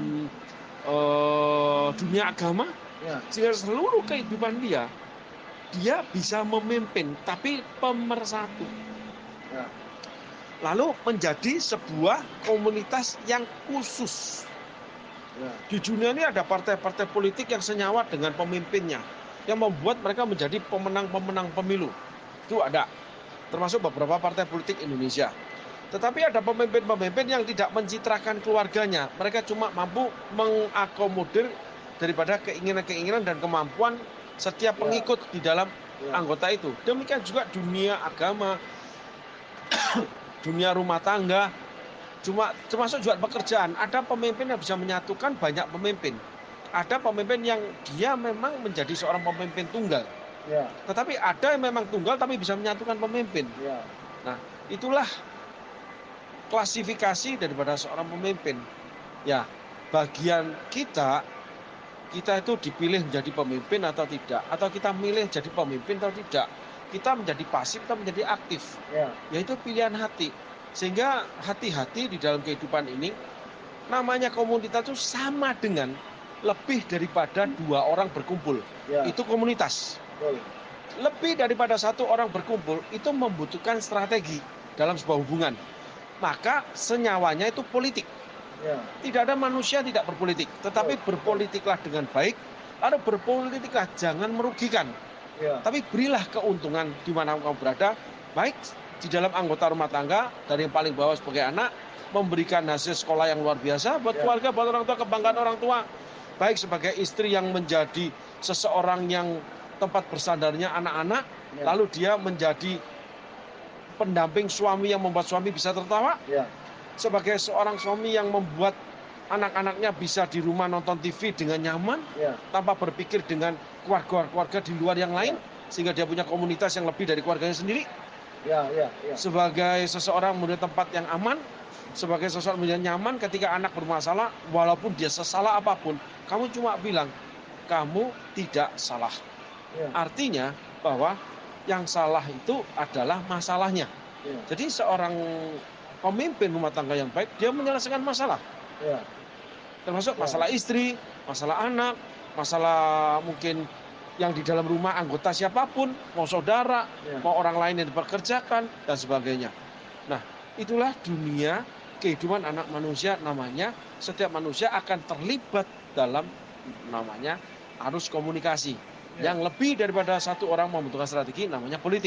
uh, dunia agama. Ya. Sehingga seluruh kehidupan dia, dia bisa memimpin, tapi pemersatu. Ya. Lalu menjadi sebuah komunitas yang khusus. Ya. Di dunia ini ada partai-partai politik yang senyawa dengan pemimpinnya, yang membuat mereka menjadi pemenang-pemenang pemilu. Itu ada, termasuk beberapa partai politik Indonesia. Tetapi ada pemimpin-pemimpin yang tidak mencitrakan keluarganya. Mereka cuma mampu mengakomodir daripada keinginan-keinginan dan kemampuan setiap Ya. pengikut di dalam Ya. anggota itu. Demikian juga dunia agama, dunia rumah tangga, cuma termasuk juga pekerjaan. Ada pemimpin yang bisa menyatukan banyak pemimpin. Ada pemimpin yang dia memang menjadi seorang pemimpin tunggal. Ya. Tetapi ada yang memang tunggal tapi bisa menyatukan pemimpin. Ya. Nah, itulah klasifikasi daripada seorang pemimpin. Ya, bagian kita, kita itu dipilih menjadi pemimpin atau tidak, atau kita milih jadi pemimpin atau tidak. Kita menjadi pasif atau menjadi aktif. Ya. Yaitu pilihan hati. Sehingga hati-hati di dalam kehidupan ini, namanya komunitas itu sama dengan lebih daripada dua orang berkumpul. Ya. Itu komunitas. Betul. Lebih daripada satu orang berkumpul itu membutuhkan strategi dalam sebuah hubungan. Maka senyawanya itu politik. Ya. Tidak ada manusia tidak berpolitik, tetapi berpolitiklah dengan baik, lalu berpolitiklah jangan merugikan. Ya. Tapi berilah keuntungan di mana kamu berada, baik di dalam anggota rumah tangga, dari yang paling bawah sebagai anak, memberikan hasil sekolah yang luar biasa buat Ya. keluarga, buat orang tua, kebanggaan orang tua. Baik sebagai istri yang menjadi seseorang yang tempat bersandarnya anak-anak, Ya. lalu dia menjadi pendamping suami yang membuat suami bisa tertawa. Ya. Sebagai seorang suami yang membuat anak-anaknya bisa di rumah nonton T V dengan nyaman, Ya. tanpa berpikir dengan keluarga-keluarga di luar yang lain, sehingga dia punya komunitas yang lebih dari keluarganya sendiri. Ya. Ya. Ya. Sebagai seseorang menjadi tempat yang aman, sebagai seseorang menjadi nyaman ketika anak bermasalah, walaupun dia sesalah apapun, kamu cuma bilang, kamu tidak salah. Ya. Artinya bahwa yang salah itu adalah masalahnya. Ya. Jadi seorang pemimpin rumah tangga yang baik, dia menyelesaikan masalah. Ya. Termasuk Ya. masalah istri, masalah anak, masalah mungkin yang di dalam rumah anggota siapapun, mau saudara, Ya. mau orang lain yang dipekerjakan, dan sebagainya. Nah, itulah dunia kehidupan anak manusia, namanya setiap manusia akan terlibat dalam namanya arus komunikasi. Ya. Yang lebih daripada satu orang membutuhkan strategi, namanya politik.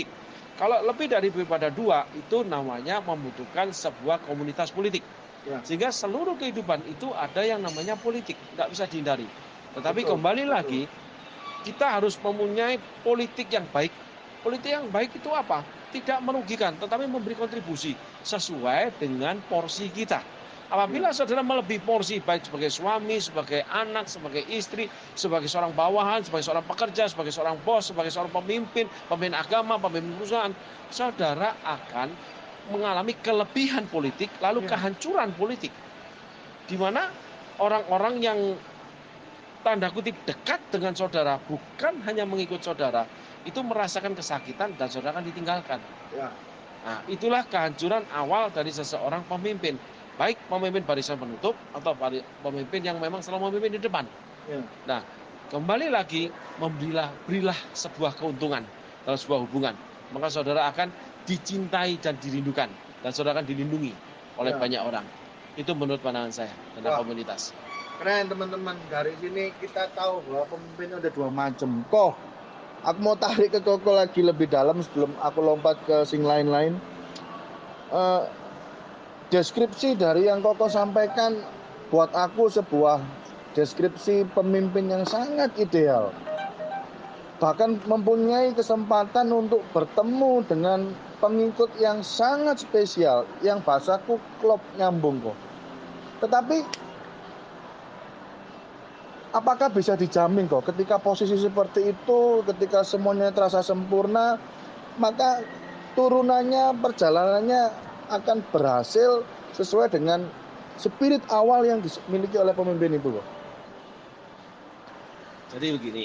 Kalau lebih daripada dua, itu namanya membutuhkan sebuah komunitas politik. Ya. Sehingga seluruh kehidupan itu ada yang namanya politik, tidak bisa dihindari. Tetapi Betul, kembali betul. lagi, kita harus mempunyai politik yang baik. Politik yang baik itu apa? Tidak merugikan, tetapi memberi kontribusi sesuai dengan porsi kita. Apabila saudara melebihi porsi, baik sebagai suami, sebagai anak, sebagai istri, sebagai seorang bawahan, sebagai seorang pekerja, sebagai seorang bos, sebagai seorang pemimpin, pemimpin agama, pemimpin perusahaan, saudara akan mengalami kelebihan politik, lalu Ya. kehancuran politik. Di mana orang-orang yang tanda kutip dekat dengan saudara, bukan hanya mengikut saudara, itu merasakan kesakitan dan saudara akan ditinggalkan. Ya. Nah, itulah kehancuran awal dari seseorang pemimpin. Baik pemimpin barisan penutup atau pemimpin yang memang selalu memimpin di depan. Ya. Nah, kembali lagi, memberilah berilah sebuah keuntungan dalam sebuah hubungan. Maka saudara akan dicintai dan dirindukan. Dan saudara akan dilindungi oleh Ya. banyak orang. Itu menurut pandangan saya tentang Wah. komunitas. Keren teman-teman. Dari sini kita tahu bahwa pemimpin ada dua macam. Kok aku mau tarik ke Koko lagi lebih dalam sebelum aku lompat ke sing lain-lain. Eh, deskripsi dari yang Koko sampaikan buat aku sebuah deskripsi pemimpin yang sangat ideal. Bahkan mempunyai kesempatan untuk bertemu dengan pengikut yang sangat spesial, yang bahasaku klop nyambung kok. Tetapi apakah bisa dijamin kok ketika posisi seperti itu, ketika semuanya terasa sempurna, maka turunannya, perjalanannya akan berhasil sesuai dengan spirit awal yang dimiliki oleh pemimpin itu kok. Jadi begini,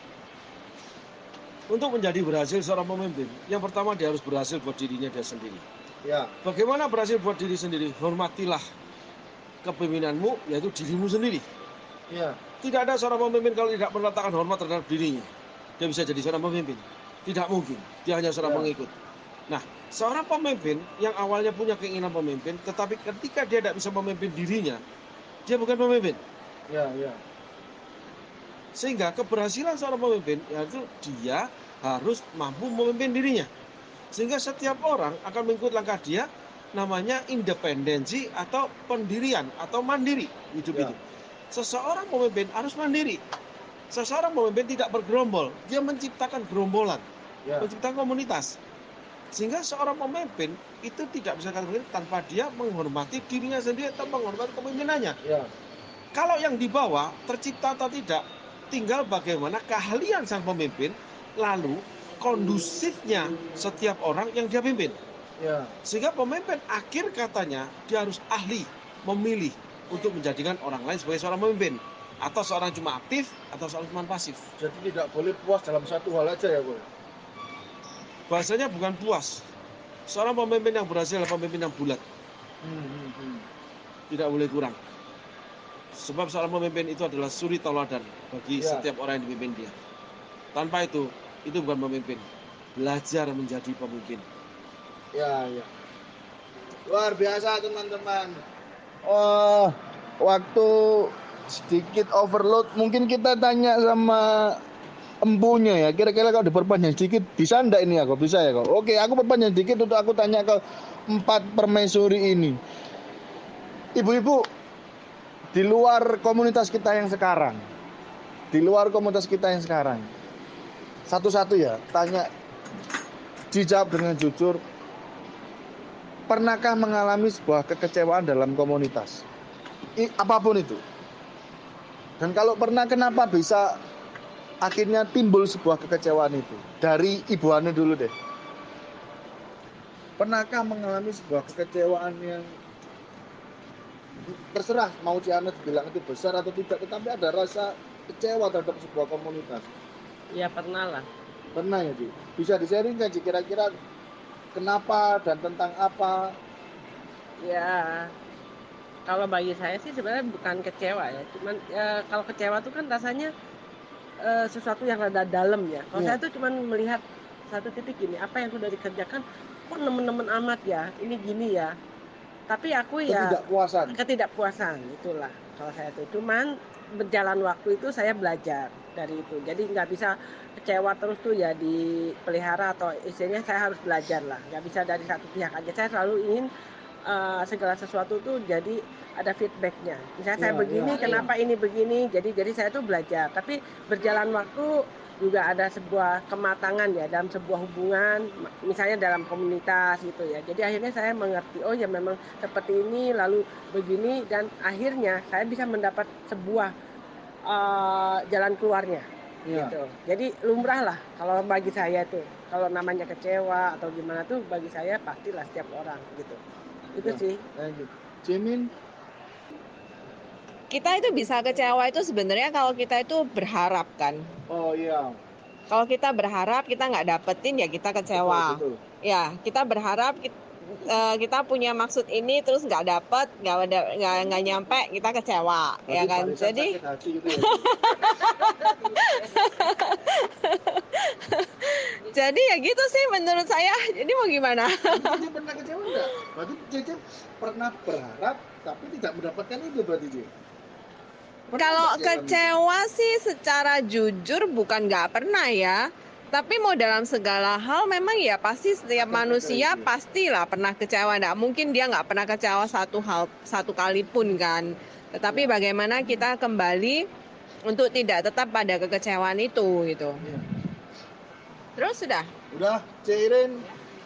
untuk menjadi berhasil seorang pemimpin, yang pertama dia harus berhasil buat dirinya dia sendiri. Ya. Bagaimana berhasil buat diri sendiri? Hormatilah kepemimpinanmu, yaitu dirimu sendiri. Ya. Tidak ada seorang pemimpin kalau tidak meletakkan hormat terhadap dirinya, dia bisa jadi seorang pemimpin. Tidak mungkin, dia hanya seorang Ya. pengikut. Nah, seorang pemimpin yang awalnya punya keinginan pemimpin, tetapi ketika dia tidak bisa memimpin dirinya, dia bukan pemimpin. Ya, ya. Sehingga keberhasilan seorang pemimpin, yaitu dia harus mampu memimpin dirinya. Sehingga setiap orang akan mengikut langkah dia, namanya independensi atau pendirian atau mandiri hidup Ya. itu. Seseorang pemimpin harus mandiri. Seseorang pemimpin tidak bergerombol, dia menciptakan gerombolan, Ya. menciptakan komunitas. Sehingga seorang pemimpin itu tidak bisa katakan tanpa dia menghormati dirinya sendiri atau menghormati kepemimpinannya. Ya. Kalau yang di bawah tercipta atau tidak, tinggal bagaimana keahlian sang pemimpin, lalu kondusifnya setiap orang yang dia pimpin. Ya. Sehingga pemimpin akhir katanya dia harus ahli memilih untuk menjadikan orang lain sebagai seorang pemimpin, atau seorang cuma aktif atau seorang cuma pasif. Jadi tidak boleh puas dalam satu hal aja ya, Boy. Bahasanya bukan puas. Seorang pemimpin yang berhasil adalah pemimpin yang bulat, Hmm, hmm, hmm. tidak boleh kurang. Sebab seorang pemimpin itu adalah suri tauladan bagi Ya. setiap orang yang dipimpin dia. Tanpa itu, itu bukan pemimpin. Belajar menjadi pemimpin. Ya, ya. Luar biasa teman-teman. Oh, waktu sedikit overload, mungkin kita tanya sama empunya ya. Kira-kira kalau diperpanjang sedikit bisa ndak ini aku? Bisa ya kok? Oke, aku perpanjang sedikit untuk aku tanya ke empat permaisuri ini. Ibu-ibu, di luar komunitas kita yang sekarang, di luar komunitas kita yang sekarang, satu-satu ya, tanya, dijawab dengan jujur. Pernahkah mengalami sebuah kekecewaan dalam komunitas? I, apapun itu. Dan kalau pernah, kenapa bisa akhirnya timbul sebuah kekecewaan itu? Dari Ibu Ane dulu deh. Pernahkah mengalami sebuah kekecewaan yang terserah mau Cianet bilang itu besar atau tidak, tetapi ada rasa kecewa terhadap sebuah komunitas? Ya pernah lah. Pernah ya, Ci? Bisa di-sharing kan, Ci? Kira-kira kenapa dan tentang apa? Ya kalau bagi saya sih sebenarnya bukan kecewa ya, cuman ya, kalau kecewa tuh kan rasanya eh, sesuatu yang rada dalam ya. Kalau Iya. saya tuh cuman melihat satu titik gini, apa yang sudah dikerjakan kok nemen-nemen amat ya, ini gini ya. Tapi aku ya Ketidakpuasan. ketidakpuasan itulah kalau saya tuh. Cuman berjalan waktu itu saya belajar. dari itu. Jadi nggak bisa kecewa terus tuh ya dipelihara atau istilahnya saya harus belajar lah. Nggak bisa dari satu pihak aja. Saya selalu ingin uh, segala sesuatu tuh jadi ada feedbacknya. Misalnya saya Ya, begini, ya, kenapa ini begini? Jadi jadi saya tuh belajar. Tapi berjalan waktu juga ada sebuah kematangan ya dalam sebuah hubungan, misalnya dalam komunitas gitu ya. Jadi akhirnya saya mengerti, oh ya memang seperti ini, lalu begini, dan akhirnya saya bisa mendapat sebuah uh, jalan keluarnya. ya. Gitu. Jadi lumrah lah kalau bagi saya tuh, kalau namanya kecewa atau gimana tuh bagi saya pastilah setiap orang gitu. Itu Ya, sih. thank you. Jimin, Kita itu bisa kecewa itu sebenarnya kalau kita itu berharap kan. oh iya, Kalau kita berharap kita nggak dapetin ya kita kecewa. betul, betul. Ya, kita berharap kita, uh, kita punya maksud ini terus nggak dapet, nggak ada nggak nggak nyampe, kita kecewa, Berarti ya kan? barisan Jadi sakit hati gitu ya. jadi ya gitu sih menurut saya. Jadi mau gimana? Cece pernah kecewa enggak? Berarti Cece pernah berharap tapi tidak mendapatkan itu berarti Cece. Pernah Kalau nggak kecewa? kecewa sih secara jujur bukan nggak pernah ya. Tapi mau dalam segala hal memang ya pasti setiap Ada manusia kecewa. pastilah pernah kecewa. Nggak mungkin dia nggak pernah kecewa satu hal satu kali pun kan. Tetapi bagaimana kita kembali untuk tidak tetap pada kekecewaan itu gitu. Iya. Terus sudah. Udah, Cirin.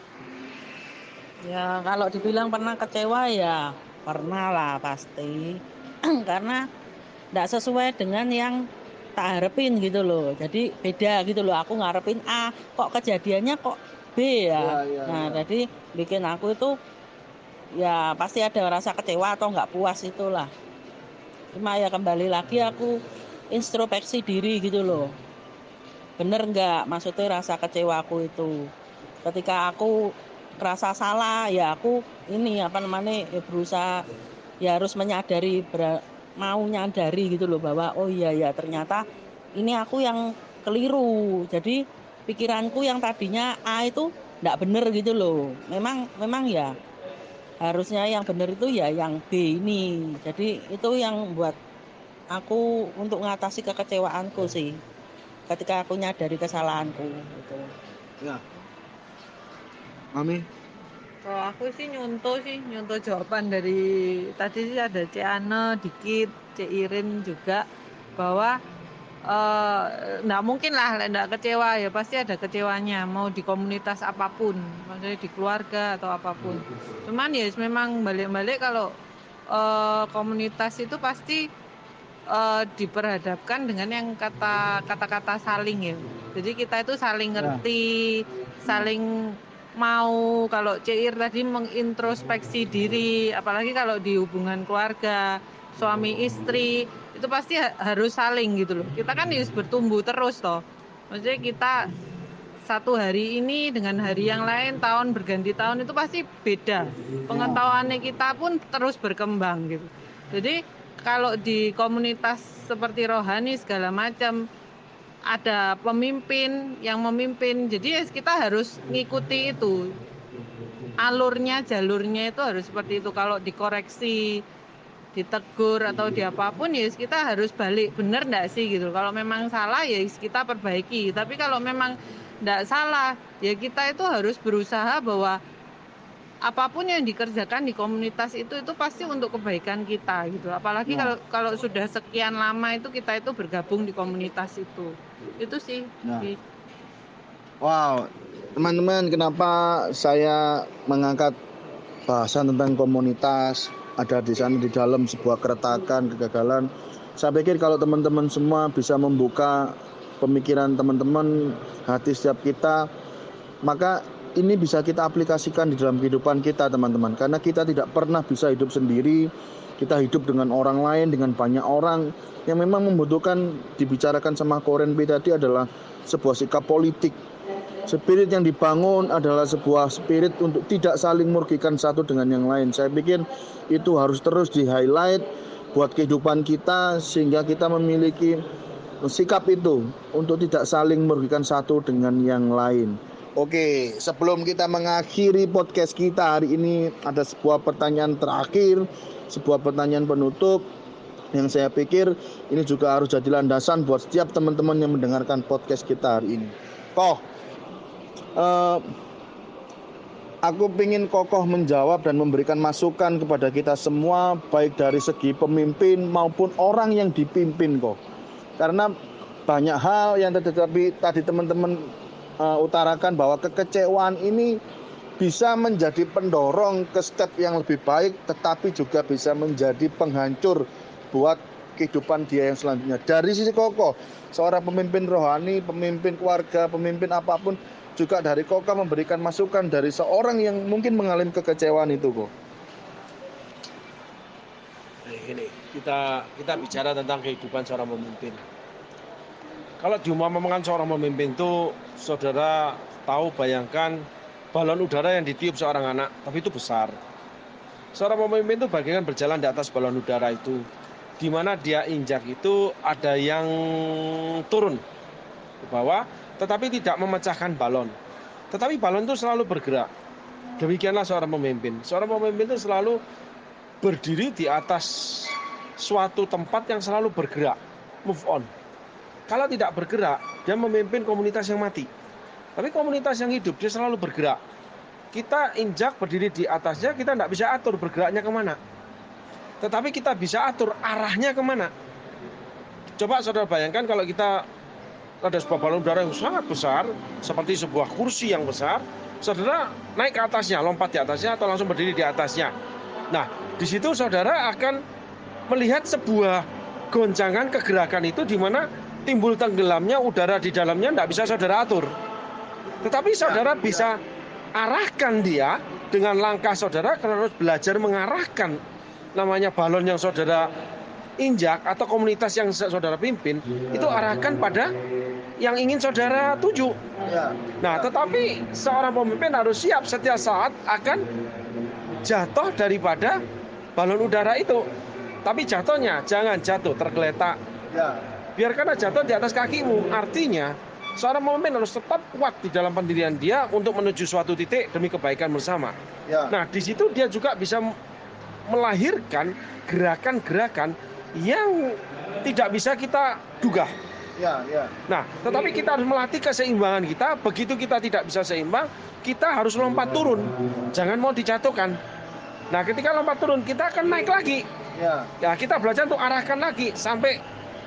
Ya kalau dibilang pernah kecewa ya pernah lah pasti. Karena tidak sesuai dengan yang tak harapin gitu loh. Jadi beda gitu loh. Aku ngarepin A, kok kejadiannya kok B ya. Ya, ya, Nah, ya. jadi bikin aku itu ya pasti ada rasa kecewa atau nggak puas itulah. Cuma ya kembali lagi aku introspeksi diri gitu loh. Bener nggak maksudnya rasa kecewaku itu. Ketika aku merasa salah ya aku ini apa namanya ya berusaha ya harus menyadari ber- mau nyadari gitu loh bahwa oh iya ya ternyata ini aku yang keliru. Jadi pikiranku yang tadinya A itu enggak bener gitu loh. Memang memang ya harusnya yang bener itu ya yang B ini. Jadi itu yang buat aku untuk mengatasi kekecewaanku sih. Ketika aku nyadari kesalahanku gitu. Ya. Mami, Kalau aku sih nyontoh sih, nyontoh jawaban dari tadi sih ada Cik Ane, dikit, Cik Irin juga bahwa eh, nggak mungkin lah nggak kecewa ya pasti ada kecewanya mau di komunitas apapun, maksudnya di keluarga atau apapun. Cuman ya memang balik-balik kalau eh, komunitas itu pasti eh, diperhadapkan dengan yang kata kata-kata saling ya. Jadi kita itu saling ngerti, saling mau kalau Ceir tadi mengintrospeksi diri, apalagi kalau di hubungan keluarga, suami istri, itu pasti ha- harus saling gitu loh. Kita kan harus bertumbuh terus toh. Maksudnya kita satu hari ini dengan hari yang lain, tahun berganti tahun itu pasti beda. Pengetahuannya kita pun terus berkembang gitu. Jadi kalau di komunitas seperti rohani segala macam ada pemimpin yang memimpin, jadi kita harus ngikuti itu alurnya, jalurnya itu harus seperti itu. Kalau dikoreksi, ditegur atau di apapun ya kita harus balik bener enggak sih gitu. Kalau memang salah ya kita perbaiki, tapi kalau memang enggak salah ya kita itu harus berusaha bahwa apapun yang dikerjakan di komunitas itu itu pasti untuk kebaikan kita gitu. Apalagi Ya. kalau kalau sudah sekian lama itu kita itu bergabung di komunitas itu. Itu sih. Ya. Di- Wow, teman-teman, kenapa saya mengangkat bahasan tentang komunitas ada di sana di dalam sebuah keretakan, kegagalan. Saya pikir kalau teman-teman semua bisa membuka pemikiran teman-teman, hati setiap kita, maka ini bisa kita aplikasikan di dalam kehidupan kita, teman-teman. Karena kita tidak pernah bisa hidup sendiri. Kita hidup dengan orang lain, dengan banyak orang. Yang memang membutuhkan dibicarakan sama Koren P tadi adalah sebuah sikap politik. Spirit yang dibangun adalah sebuah spirit untuk tidak saling merugikan satu dengan yang lain. Saya pikir itu harus terus di-highlight buat kehidupan kita sehingga kita memiliki sikap itu untuk tidak saling merugikan satu dengan yang lain. Oke, sebelum kita mengakhiri podcast kita hari ini ada sebuah pertanyaan terakhir, sebuah pertanyaan penutup. yang saya pikir ini juga harus jadi landasan buat setiap teman-teman yang mendengarkan podcast kita hari ini. Koh, uh, aku ingin Kokoh menjawab dan memberikan masukan kepada kita semua, baik dari segi pemimpin maupun orang yang dipimpin, Koh. Karena banyak hal yang tetapi tadi teman-teman uh, utarakan bahwa kekecewaan ini bisa menjadi pendorong ke step yang lebih baik, tetapi juga bisa menjadi penghancur buat kehidupan dia yang selanjutnya. Dari sisi Kokoh, seorang pemimpin rohani, pemimpin keluarga, pemimpin apapun, juga dari Kokoh memberikan masukan dari seorang yang mungkin mengalami kekecewaan itu, kok. Nah, ini kita kita bicara tentang kehidupan seorang pemimpin. Kalau diumpamakan seorang pemimpin itu, saudara tahu, bayangkan balon udara yang ditiup seorang anak, tapi itu besar. Seorang pemimpin itu bagaikan berjalan di atas balon udara itu, di mana dia injak itu ada yang turun ke bawah, tetapi tidak memecahkan balon. Tetapi balon itu selalu bergerak. Demikianlah seorang pemimpin. Seorang pemimpin itu selalu berdiri di atas suatu tempat yang selalu bergerak, move on. Kalau tidak bergerak, dia memimpin komunitas yang mati. Tapi komunitas yang hidup, dia selalu bergerak. Kita injak berdiri di atasnya, kita tidak bisa atur bergeraknya kemana. Tetapi kita bisa atur arahnya kemana. Coba saudara bayangkan kalau kita ada sebuah balon udara yang sangat besar, seperti sebuah kursi yang besar, saudara naik ke atasnya, lompat di atasnya, atau langsung berdiri di atasnya. Nah, di situ saudara akan melihat sebuah goncangan kegerakan itu, di mana timbul tenggelamnya udara di dalamnya tidak bisa saudara atur. Tetapi saudara bisa arahkan dia dengan langkah saudara, karena harus belajar mengarahkan namanya balon yang saudara injak atau komunitas yang saudara pimpin, itu arahkan pada yang ingin saudara tuju. Nah, tetapi seorang pemimpin harus siap setiap saat akan jatuh daripada balon udara itu. Tapi jatuhnya jangan jatuh tergeletak. Biarkanlah jatuh di atas kakimu. Artinya seorang pemimpin harus tetap kuat di dalam pendirian dia untuk menuju suatu titik demi kebaikan bersama. Nah, di situ dia juga bisa melahirkan gerakan-gerakan yang tidak bisa kita duga. Ya, ya. Nah, tetapi kita harus melatih keseimbangan kita. Begitu kita tidak bisa seimbang, kita harus lompat turun. Jangan mau dijatuhkan. Nah, ketika lompat turun, kita akan naik lagi. Ya. Ya, kita belajar untuk arahkan lagi sampai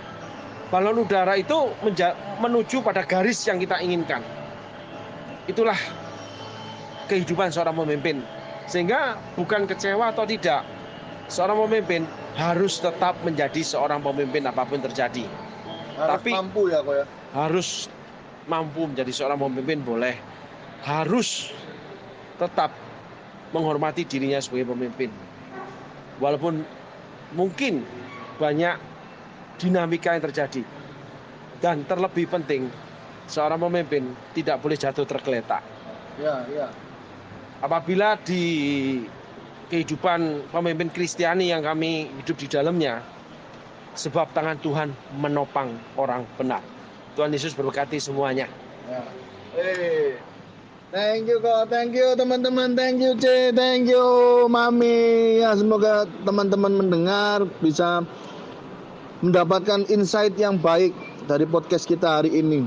balon udara itu menja- menuju pada garis yang kita inginkan. Itulah kehidupan seorang pemimpin. Sehingga bukan kecewa atau tidak, seorang pemimpin harus tetap menjadi seorang pemimpin apapun terjadi. Harus Tapi mampu ya, kok ya. harus mampu menjadi seorang pemimpin boleh. Harus tetap menghormati dirinya sebagai pemimpin. Walaupun mungkin banyak dinamika yang terjadi. Dan terlebih penting, seorang pemimpin tidak boleh jatuh tergeletak. Ya, ya. Apabila di kehidupan pemimpin Kristiani yang kami hidup di dalamnya, sebab tangan Tuhan menopang orang benar. Tuhan Yesus berkati semuanya. Ya. Hey. Thank you kok, thank you teman-teman, thank you C, thank you Mami. Ya, semoga teman-teman mendengar bisa mendapatkan insight yang baik dari podcast kita hari ini.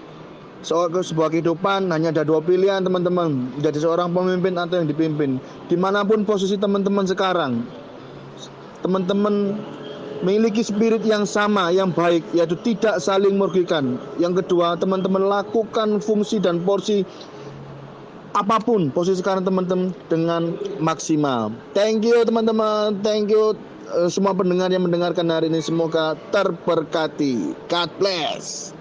Soal sebuah kehidupan hanya ada dua pilihan teman-teman, menjadi seorang pemimpin atau yang dipimpin. Dimanapun posisi teman-teman sekarang, teman-teman memiliki spirit yang sama, yang baik, yaitu tidak saling merugikan. Yang kedua, teman-teman lakukan fungsi dan porsi apapun posisi sekarang teman-teman dengan maksimal. Thank you teman-teman, thank you uh, semua pendengar yang mendengarkan hari ini, semoga terberkati. God bless.